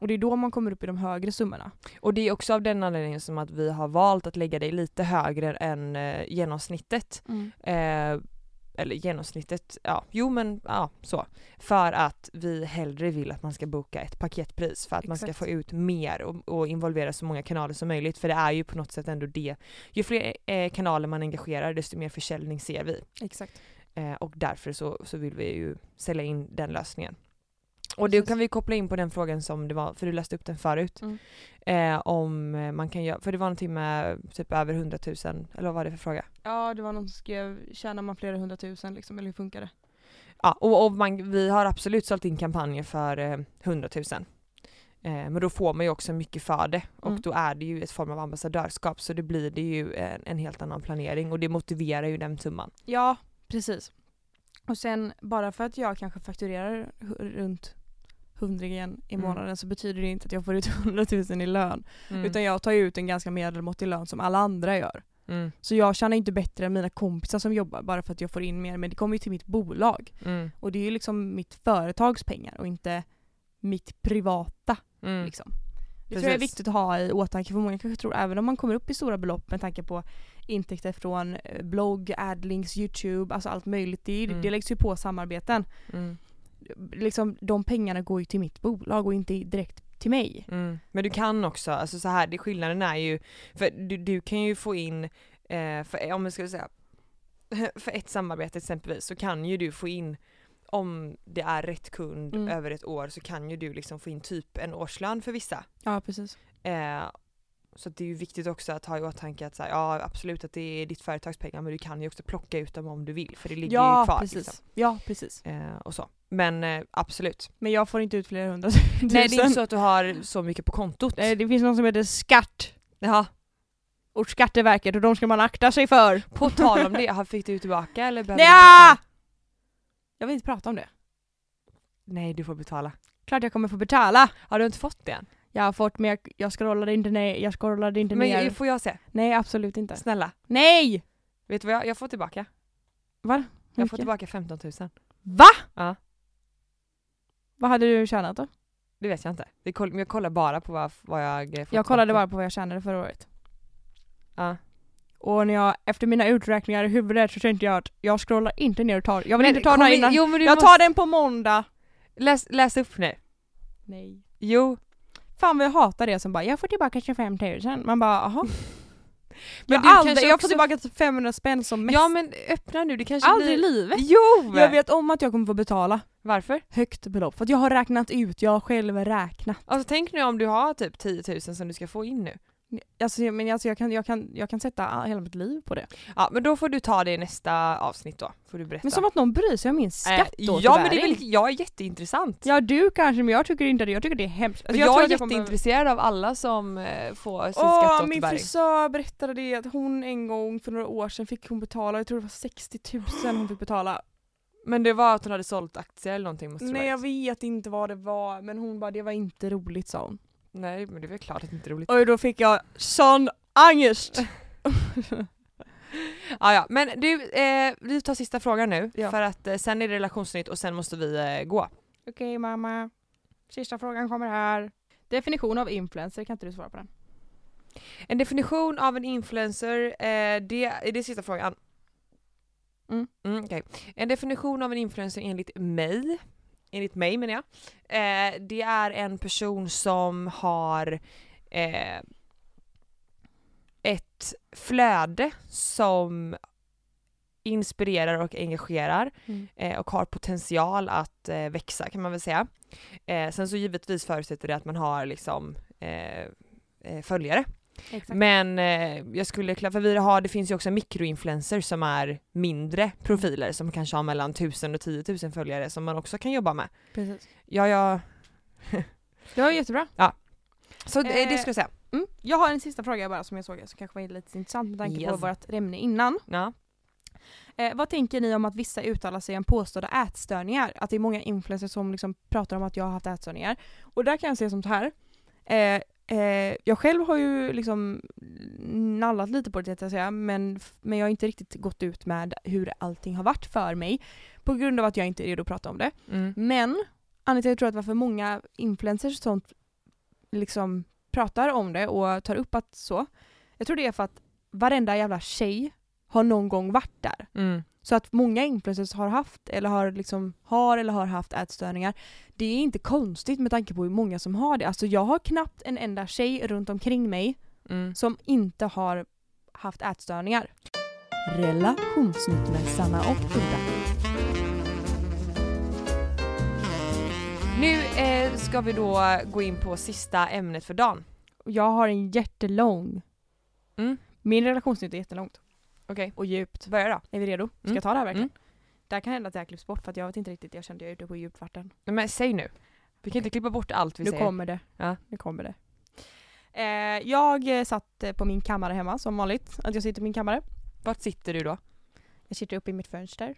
Och det är då man kommer upp i de högre summorna. Och det är också av den anledningen som att vi har valt att lägga det lite högre än eh, genomsnittet. Mm. Eh, eller genomsnittet, ja, jo men ja, så. För att vi hellre vill att man ska boka ett paketpris för att Exakt. Man ska få ut mer och, och involvera så många kanaler som möjligt. För det är ju på något sätt ändå det. Ju fler eh, kanaler man engagerar, desto mer försäljning ser vi. Exakt. Eh, och därför så, så vill vi ju sälja in den lösningen. Och då kan vi koppla in på den frågan som det var, för du läste upp den förut. Mm. Eh, om man kan göra, för det var någonting med typ över hundratusen, eller vad var det för fråga? Ja, det var någon som skrev, tjänar man flera hundratusen liksom, eller hur funkar det? Ja, och, och man, vi har absolut sålt in kampanjer för eh, hundratusen. Eh, men då får man ju också mycket för det. Och mm. då är det ju ett form av ambassadörskap, så det blir det ju en, en helt annan planering och det motiverar ju den summan. Ja, precis. Och sen, bara för att jag kanske fakturerar runt hundringen i månaden mm. så betyder det inte att jag får ut hundratusen i lön. Mm. Utan jag tar ju ut en ganska medelmåttig lön som alla andra gör. Mm. Så jag tjänar inte bättre än mina kompisar som jobbar bara för att jag får in mer. Men det kommer ju till mitt bolag. Mm. Och det är ju liksom mitt företags pengar och inte mitt privata. Mm. Liksom. Det tror jag är viktigt att ha i åtanke, för många kanske tror, även om man kommer upp i stora belopp med tanke på intäkter från blogg, adlinks, YouTube, alltså allt möjligt. Det, mm. det läggs ju på samarbeten. Mm. Liksom, de pengarna går ju till mitt bolag och inte direkt till mig. Mm. Men du kan också, alltså så här, det skillnaden är ju, för du, du kan ju få in, eh, för, om jag ska säga, för ett samarbete exempelvis så kan ju du få in, om det är rätt kund mm. över ett år, så kan ju du liksom få in typ en årslön för vissa. Ja, precis. Eh, så det är ju viktigt också att ha i åtanke att så här, ja, absolut att det är ditt företagspengar, men du kan ju också plocka ut dem om du vill, för det ligger ja, ju kvar. Precis. Liksom. Ja, precis. Eh, och så. Men eh, absolut. Men jag får inte ut flera hundratusen. Nej, det är inte så att du har så mycket på kontot. Nej, det finns någon som heter skatt. Jaha. Och Skatteverket, och de ska man akta sig för. På tal om det, fick du tillbaka eller behöver Nej! Jag vill inte prata om det. Nej, du får betala. Klart jag kommer få betala. Har du inte fått det än? Jag har fått, men jag, jag scrollade inte ner. Jag scrollade inte men ner. Men får jag se? Nej, absolut inte. Snälla. Nej! Vet du vad jag, jag får tillbaka? Va? Jag får tillbaka femton tusen. Va? Ja. Vad hade du tjänat då? Det vet jag inte. Det koll, jag kollar bara på vad, vad jag... Jag kollade bara på vad jag tjänade förra året. Ja. Och när jag, efter mina uträkningar i huvudet, så tänkte jag att jag scrollar inte ner och tar. Jag vill men, inte ta den här innan. Jo, men jag måste... tar den på måndag. Läs, läs upp nu. Nej. Jo. Fan vad jag hatar det som bara, jag får tillbaka tjugofem tusen. Man bara, aha. Men jag, du aldrig, jag också... får tillbaka femhundra spänn som mest. Ja, men öppna nu, det kanske aldrig blir... i livet. Jo! Jag vet om att jag kommer få betala. Varför? Högt belopp. För att jag har räknat ut, jag har själv räknat. Alltså tänk nu om du har typ tio tusen som du ska få in nu. Alltså, men alltså jag, kan, jag, kan, jag kan sätta hela mitt liv på det. Ja, men då får du ta det i nästa avsnitt då. Får du berätta. Men som att någon bryr sig om min skatt äh, då. Ja, men det är väl, jag är jätteintressant. Ja, du kanske, men jag tycker inte det. Jag tycker det är hemskt. Alltså, jag, jag är jätteintresserad kommer... av alla som eh, får sin Åh, skattåterbäring. Min frisör berättade det att hon en gång för några år sedan fick hon betala, jag tror det var sextio tusen hon fick betala. Men det var att hon hade sålt aktier eller någonting, måste Nej, jag vet inte vad det var, men hon bara, det var inte roligt, sa hon. Nej, men det är väl klart att det inte är roligt. Och då fick jag sån ångest. ah, ja, men du, eh, vi tar sista frågan nu, ja. För att eh, sen är det relationsnytt och sen måste vi eh, gå. Okej, okay, mamma. Sista frågan kommer här. Definition av influencer, kan inte du svara på den? En definition av en influencer, eh, det är det sista frågan. Mm. Mm, okay. En definition av en influencer enligt mig, enligt mig menar jag, eh, det är en person som har eh, ett flöde som inspirerar och engagerar mm. eh, och har potential att eh, växa, kan man väl säga. Eh, sen så givetvis förutsätter det att man har liksom eh, eh, följare. Exakt. Men eh, jag skulle för vi har, det finns ju också mikroinfluencers som är mindre profiler som kanske har mellan tusen och tio tusen följare som man också kan jobba med. Precis. Ja, ja. Det var jättebra. Ja. Så eh, det skulle jag säga. Mm. Jag har en sista fråga bara som jag såg som kanske var lite intressant med tanke yes. på vårt ämne innan. Ja. Eh, vad tänker ni om att vissa uttalar sig om påstådda ätstörningar? Att det är många influencers som liksom pratar om att jag har haft ätstörningar. Och där kan jag säga som så här. Eh, eh, jag själv har ju liksom nallat lite på det, jag säga, men, men jag har inte riktigt gått ut med hur allting har varit för mig. På grund av att jag inte är redo att prata om det. Mm. Men Anita, jag tror att varför många influencers och sånt liksom pratar om det och tar upp att så. Jag tror det är för att varenda jävla tjej har någon gång varit där. Mm. Så att många influencers har haft eller har liksom har eller har haft ätstörningar. Det är inte konstigt med tanke på hur många som har det. Alltså jag har knappt en enda tjej runt omkring mig mm. som inte har haft ätstörningar. Relationsnytt med Sanna och Hilda. Nu eh, ska vi då gå in på sista ämnet för dagen. Jag har en jättelång. Mm. Min relationsnytt är jättelångt. Okej. Okay. Och djupt. Börja då. Är vi redo? Ska mm. jag ta det här verkligen? Mm. Där kan hända att det här klipps bort för att jag vet inte riktigt. Jag kände jag är ute på djupvatten. Men säg nu. Vi kan inte klippa bort allt vi nu säger. Kommer det. Ja. Nu kommer det. Eh, jag satt på min kammare hemma som vanligt. Att jag sitter i min kammare. Vart sitter du då? Jag sitter uppe i mitt fönster.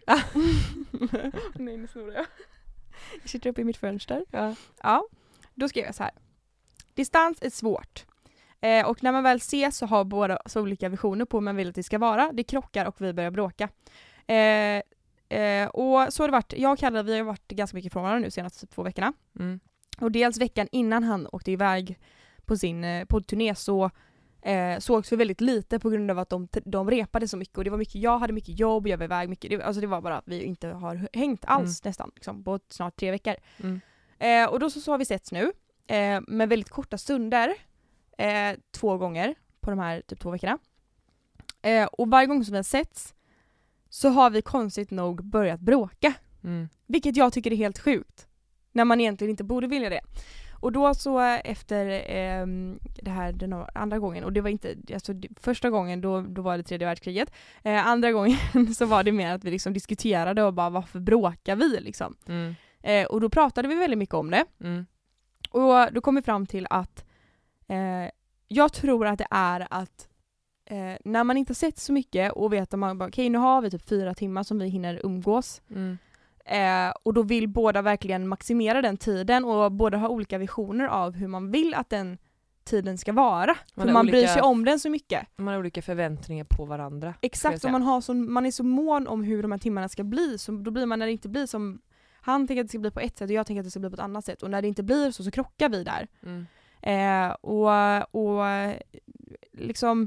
Nej, nu snor jag. Jag sitter uppe i mitt fönster. Ja. Ja. Då skrev jag så här. Distans är svårt. Eh, och när man väl ses så har båda så olika visioner på hur man vill att det ska vara. Det krockar och vi börjar bråka. Eh, eh, och så har det varit. Jag och Kalle, vi har varit ganska mycket ifrån varandra nu senaste två veckorna. Mm. Och dels veckan innan han åkte iväg på sin eh, poddturné så eh, sågs vi väldigt lite på grund av att de, de repade så mycket. Och det var mycket, jag hade mycket jobb, jag var iväg mycket. Det, alltså det var bara att vi inte har hängt alls mm. nästan. Liksom, på snart tre veckor. Mm. Eh, och då så, så har vi setts nu. Eh, med väldigt korta stunder. Eh, två gånger på de här typ två veckorna. Eh, och varje gång som vi har setts så har vi konstigt nog börjat bråka. Mm. Vilket jag tycker är helt sjukt. När man egentligen inte borde vilja det. Och då så efter eh, det här den andra gången, och det var inte, alltså första gången då, då var det tredje världskriget. Eh, andra gången så var det mer att vi liksom diskuterade och bara varför bråkar vi liksom. Mm. Eh, och då pratade vi väldigt mycket om det. Mm. Och då kom vi fram till att eh, jag tror att det är att eh, när man inte sett så mycket och vet att man bara, okej okay, nu har vi typ fyra timmar som vi hinner umgås. Mm. Eh, och då vill båda verkligen maximera den tiden och båda har olika visioner av hur man vill att den tiden ska vara. Man För man olika, bryr sig om den så mycket. Man har olika förväntningar på varandra. Exakt, och man, har så, man är så mån om hur de här timmarna ska bli. Så då blir man när det inte blir som han tänker att det ska bli på ett sätt och jag tänker att det ska bli på ett annat sätt. Och när det inte blir så så krockar vi där. Mm. Eh, och, och liksom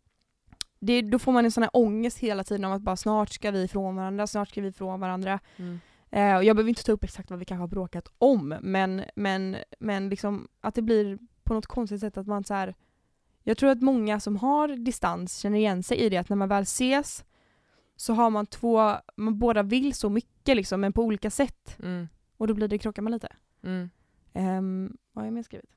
det, då får man en sån här ångest hela tiden om att bara snart ska vi ifrån varandra, snart ska vi ifrån varandra. Mm. Eh, och jag behöver inte ta upp exakt vad vi kanske har bråkat om, men, men, men liksom att det blir på något konstigt sätt att man så här. Jag tror att många som har distans känner igen sig i det, att när man väl ses så har man två, man båda vill så mycket liksom, men på olika sätt. Mm. Och då blir det, krockar man lite. Mm. Um, vad har jag mer skrivit?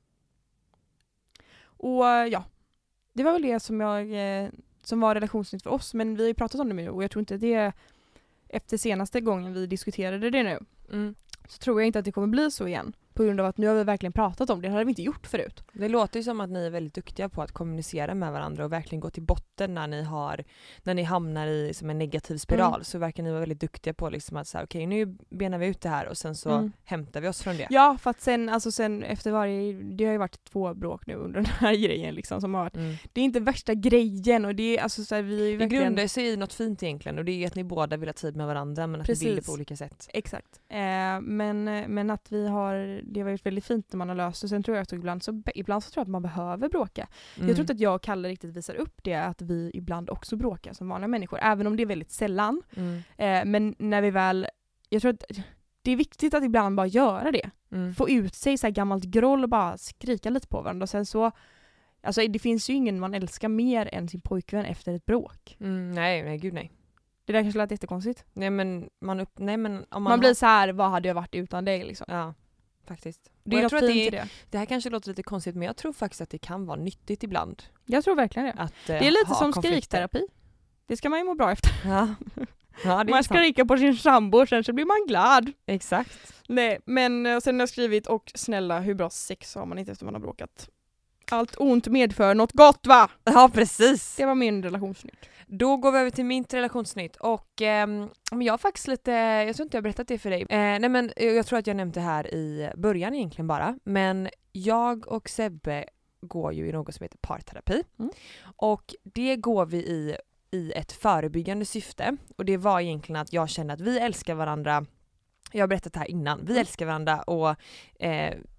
Och ja, det var väl det som jag eh, som var relationsnytt för oss, men vi har ju pratat om det nu och jag tror inte det efter senaste gången vi diskuterade det nu mm. så tror jag inte att det kommer bli så igen. På grund av att nu har vi verkligen pratat om det. Det hade vi inte gjort förut. Det låter ju som att ni är väldigt duktiga på att kommunicera med varandra och verkligen gå till botten när ni har när ni hamnar i som en negativ spiral. Mm. Så verkar ni vara väldigt duktiga på liksom att säga okej, okay, nu benar vi ut det här och sen så mm. hämtar vi oss från det. Ja, för att sen, alltså sen efter varje, det har ju varit två bråk nu under den här grejen liksom som har varit. Mm. Det är inte värsta grejen och det är alltså så här, vi är det verkligen... grundar sig i något fint egentligen och det är att ni båda vill ha tid med varandra men att Precis. Ni vill det på olika sätt. Exakt. Eh, men, men att vi har, det har varit väldigt fint när man har löst och sen tror jag att ibland så, ibland så tror jag att man behöver bråka. Mm. Jag tror inte att jag och Kalle riktigt visar upp det att vi ibland också bråkar som vanliga människor, även om det är väldigt sällan. Mm. Eh, men när vi väl, jag tror att det är viktigt att ibland bara göra det. Mm. Få ut sig så här gammalt groll och bara skrika lite på varandra och sen så alltså det finns ju ingen man älskar mer än sin pojkvän efter ett bråk. Mm, nej, nej gud nej. Det där kanske lät jättekonstigt. Nej men man upp, nej men om man, man blir har... så här, vad hade jag varit utan dig liksom. Ja. Faktiskt. Det, är jag tror att det, det. det här kanske låter lite konstigt men jag tror faktiskt att det kan vara nyttigt ibland. Jag tror verkligen det. Att, det är lite som skrikterapi. Det ska man ju må bra efter. Ja. Ja, man skriker på sin sambo sen så blir man glad. Exakt. Nej, men sen har jag skrivit och snälla, hur bra sex har man inte efter man har bråkat? Allt ont medför något gott, va? Ja, precis. Det var min relationsnytt. Då går vi över till mitt relationsnytt och eh, jag har faktiskt lite, jag tror inte jag har berättat det för dig. Eh, nej men jag tror att jag nämnde det här i början egentligen bara. Men jag och Sebbe går ju i något som heter parterapi. Mm. Och det går vi i, i ett förebyggande syfte. Och det var egentligen att jag känner att vi älskar varandra. Jag har berättat det här innan. Vi älskar varandra och eh,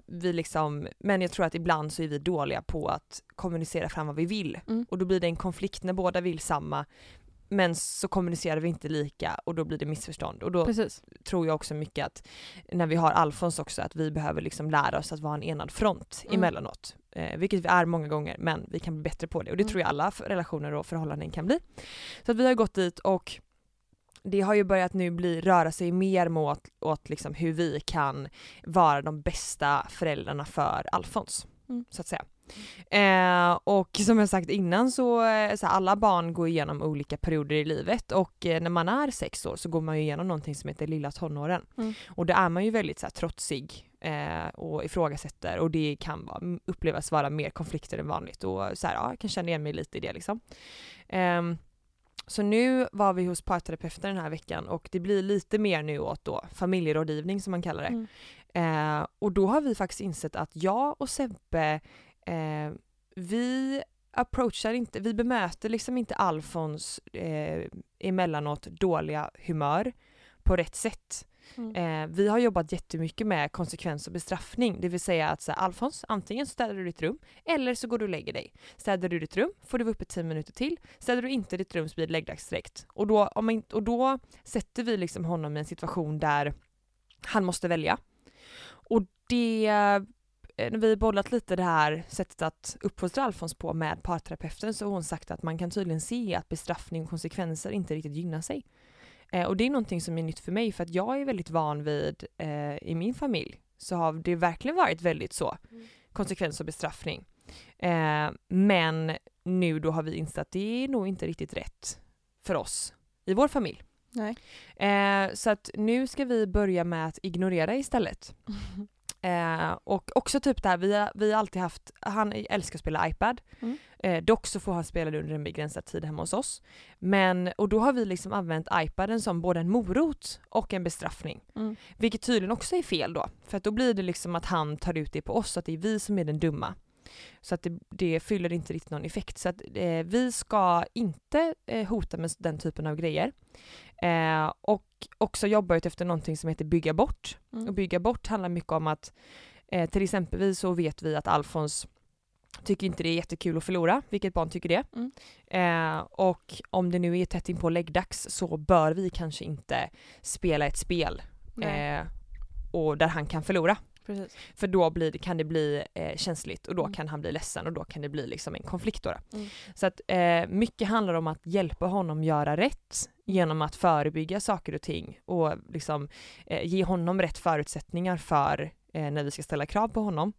vi liksom, men jag tror att ibland så är vi dåliga på att kommunicera fram vad vi vill. Mm. Och då blir det en konflikt när båda vill samma, men så kommunicerar vi inte lika och då blir det missförstånd. Och då Precis. tror jag också mycket att när vi har Alfons också, att vi behöver liksom lära oss att vara en enad front Mm. emellanåt. Eh, vilket vi är många gånger, men vi kan bli bättre på det. Och det Mm. tror jag alla relationer och förhållanden kan bli. Så att vi har gått dit och det har ju börjat nu bli, röra sig mer mot åt liksom hur vi kan vara de bästa föräldrarna för Alfons. Mm. Så att säga. Eh, och som jag sagt innan så, eh, så här, alla barn går igenom olika perioder i livet och eh, när man är sex år så går man ju igenom någonting som heter lilla tonåren. Mm. Och då är man ju väldigt så här, trotsig eh, och ifrågasätter och det kan vara, upplevas vara mer konflikter än vanligt och så här, ja, jag kan känna igen mig lite i det liksom. Eh, så nu var vi hos parterapeuten den här veckan och det blir lite mer nu åt då familjerådgivning som man kallar det. Mm. Eh, och då har vi faktiskt insett att jag och Sebbe Eh, vi approachar inte, vi bemöter liksom inte Alfons eh, emellanåt dåliga humör på rätt sätt. Mm. Eh, vi har jobbat jättemycket med konsekvens och bestraffning, det vill säga att så här, Alfons, antingen städar du ditt rum eller så går du och lägger dig. Städar du ditt rum får du vara uppe tio minuter till, städar du inte ditt rum så blir det läggdags direkt. Och då, om man, och då sätter vi liksom honom i en situation där han måste välja. Och det när vi bollat lite det här sättet att uppfostra Alfons på med parterapeuten så har hon sagt att man kan tydligen se att bestraffning och konsekvenser inte riktigt gynnar sig. Eh, och det är någonting som är nytt för mig för att jag är väldigt van vid eh, i min familj så har det verkligen varit väldigt så Mm. konsekvens och bestraffning. Eh, men nu då har vi insett att det är nog inte riktigt rätt för oss i vår familj. Nej. Eh, så att nu ska vi börja med att ignorera istället. Eh, och också typ där, vi har, vi har alltid haft, han älskar att spela iPad. Mm. Eh, dock så får han spela det under en begränsad tid hemma hos oss. Men, och då har vi liksom använt iPaden som både en morot och en bestraffning. Mm. Vilket tydligen också är fel då. För att då blir det liksom att han tar ut det på oss, att det är vi som är den dumma. Så att det, det fyller inte riktigt någon effekt. Så att eh, vi ska inte eh, hota med den typen av grejer. Eh, och också jobba ut efter någonting som heter bygga bort. Mm. Och bygga bort handlar mycket om att eh, till exempel så vet vi att Alfons tycker inte det är jättekul att förlora, vilket barn tycker det. Mm. Eh, och om det nu är tätt in på läggdags så bör vi kanske inte spela ett spel eh, och där han kan förlora. Precis. För då blir det, kan det bli eh, känsligt och då Mm. kan han bli ledsen och då kan det bli liksom en konflikt då. då. Mm. Så att eh, mycket handlar om att hjälpa honom göra rätt genom att förebygga saker och ting och liksom eh, ge honom rätt förutsättningar för eh, när vi ska ställa krav på honom.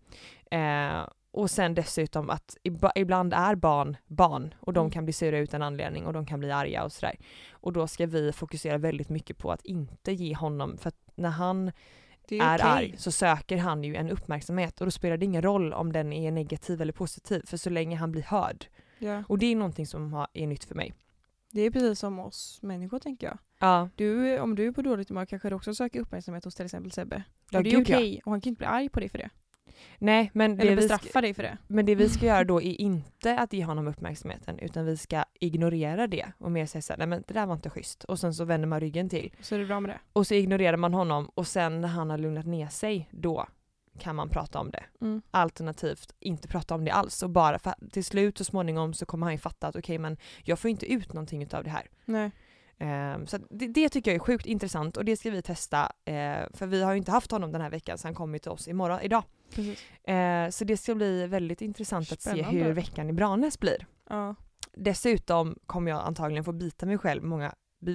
Eh, och sen dessutom att ib- ibland är barn barn och de Mm. kan bli sura utan anledning och de kan bli arga och sådär. Och då ska vi fokusera väldigt mycket på att inte ge honom, för att när han Det är, är, är okej. arg så söker han ju en uppmärksamhet och då spelar det ingen roll om den är negativ eller positiv för så länge han blir hörd. Ja. Och det är någonting som har, är nytt för mig. Det är precis som oss människor tänker jag. Ja, Du, om du är på dåligt humör kanske du också söker uppmärksamhet hos till exempel Sebbe. ja Och det är gud, ja. okej och han kan inte bli arg på dig för det. Nej, men det, Eller vi ska, bestraffa dig för det. men det vi ska göra då är inte att ge honom uppmärksamheten utan vi ska ignorera det och mer säga så här, nej men det där var inte schysst. Och sen så vänder man ryggen till. Så är det bra med det. Och så ignorerar man honom och sen när han har lugnat ner sig, då kan man prata om det. Mm. Alternativt inte prata om det alls och bara för, till slut så småningom så kommer han ju fatta att okej okay, men jag får inte ut någonting av det här. Nej. Um, så det, det tycker jag är sjukt intressant och det ska vi testa uh, för vi har ju inte haft honom den här veckan så han kommer till oss imorgon, idag. Precis. Uh, så det ska bli väldigt intressant Spännande. att se hur veckan i Branäs blir. Ja. Dessutom kommer jag antagligen få bita mig själv många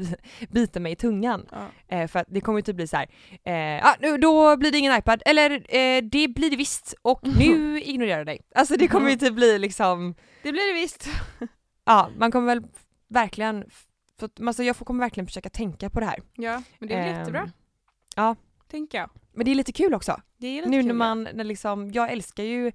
bita mig i tungan. Ja. Eh, för att det kommer ju typ bli så här. Eh, ah, nu, då blir det ingen iPad. Eller eh, det blir det visst. Och nu ignorerar jag dig. Alltså det kommer ju typ bli liksom. Det blir det visst. Ja, man kommer väl verkligen. För, alltså jag får, kommer verkligen försöka tänka på det här. Ja, men det är väl Ehm, jättebra. Ja. Tänker jag. Men det är lite kul också. Det är lite Nu kul, när ja. man, när liksom, jag älskar ju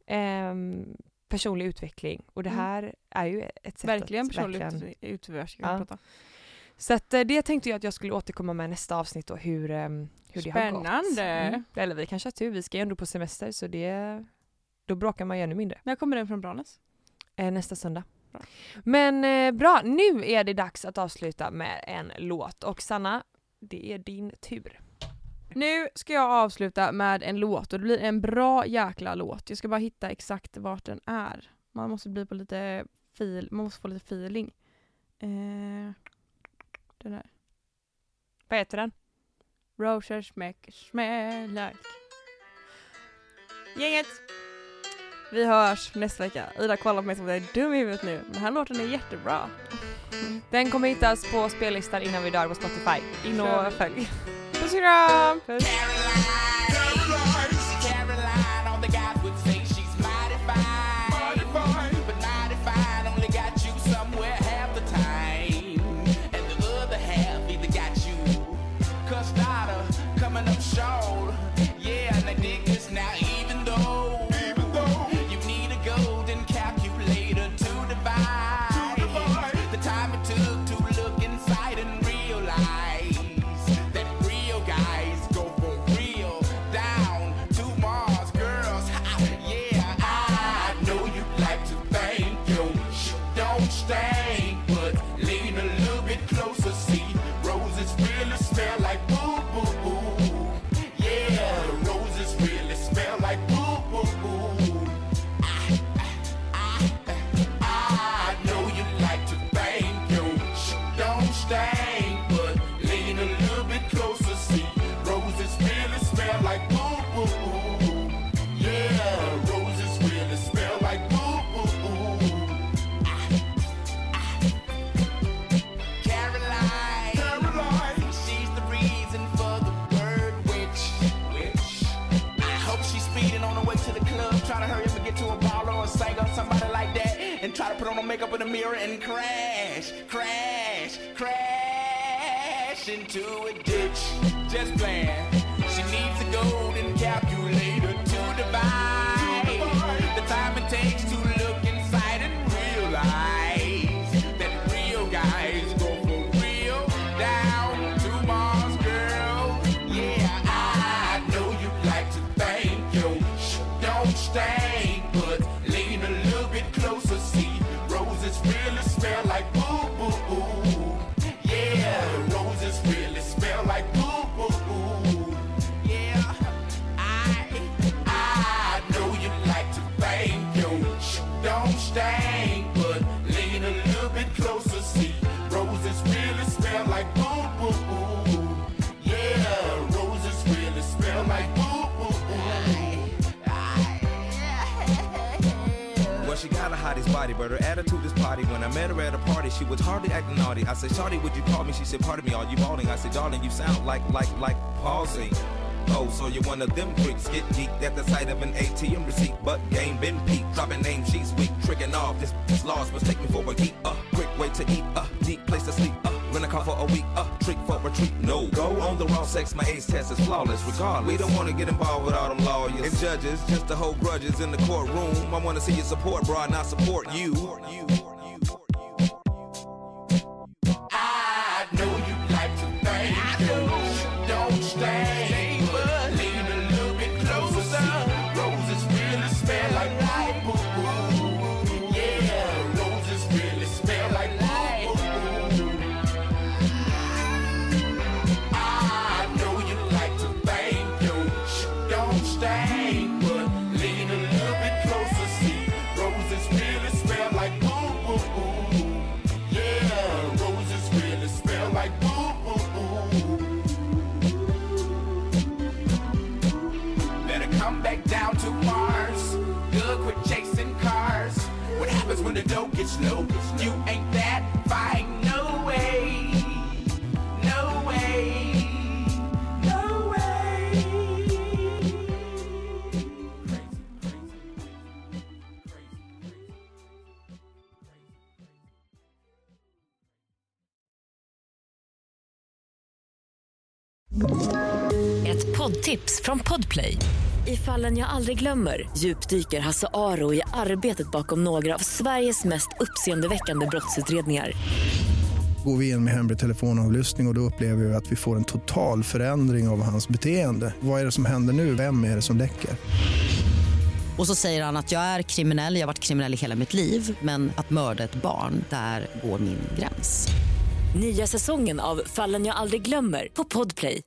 ehm, personlig utveckling. Och det Mm. här är ju ett sätt Verkligen att personligt verkligen- utveckling. Ja. Prata. Så att, eh, det tänkte jag att jag skulle återkomma med nästa avsnitt och hur, ehm, hur det har gått. Spännande. Mm. Eller vi kanske har tur, vi ska ju ändå på semester så det, då bråkar man ju ännu mindre. När kommer den från Branäs? Eh, nästa söndag. Bra. Men eh, bra, nu är det dags att avsluta med en låt. Och Sanna, det är din tur. Nu ska jag avsluta med en låt och det blir en bra jäkla låt. Jag ska bara hitta exakt vart den är. Man måste bli på lite fil, man måste få lite feeling. Eh, den här. Vad heter den? Roses smäck smäck. Gänget. Vi hörs nästa vecka. Ida kollar på mig som att jag är dum i huvudet nu. Men den här låten är jättebra. Den kommer hittas på spellistan innan vi dör på Spotify. In och följ. Puss och kram! Puss. Try to put on the makeup in the mirror and crash, crash, crash into a ditch. Just playing. She needs a golden calculator to divide the time it takes to look inside and realize that real guys go for real down to Mars, girl. Yeah, I know you like to think you don't stink, but lean a little bit closer. See, roses really smell like boo boo boo. Yeah, roses really smell like boo boo boo. Yeah, I I know you like to bang your don't stink, but lean a little bit closer. See, roses really smell like boo boo boo. Yeah, roses really smell like boo boo boo. Well, she got a hottest body, but her attitude is potty. When I met her at a party, she was hardly acting naughty. I said, Shawty, would you call me? She said, pardon me, are you balling? I said, darling, you sound like, like, like pausing. Oh, so you're one of them freaks, get geeked at the sight of an A T M receipt, but game been peaked, dropping names, she's weak, tricking off, this, this lost, must take me for a geek, uh, quick way to eat, uh, deep place to sleep, uh, rent a car for a week, uh, trick for retreat, no, go on the raw sex, my ace test is flawless, regardless, we don't want to get involved with all them lawyers and judges, just to hold grudges in the courtroom, I want to see you support, bro, not support you. I know you like to think you don't stay. When the dough gets low, you ain't that fine, no way, no way, no way. Ett poddtips från Podplay. I Fallen jag aldrig glömmer djupdyker Hasse Aro i arbetet bakom några av Sveriges mest uppseendeväckande brottsutredningar. Går vi in med hemlig telefonavlyssning och, och då upplever vi att vi får en total förändring av hans beteende. Vad är det som händer nu? Vem är det som läcker? Och så säger han att jag är kriminell, jag har varit kriminell i hela mitt liv, men att mörda ett barn, där går min gräns. Nya säsongen av Fallen jag aldrig glömmer på Podplay.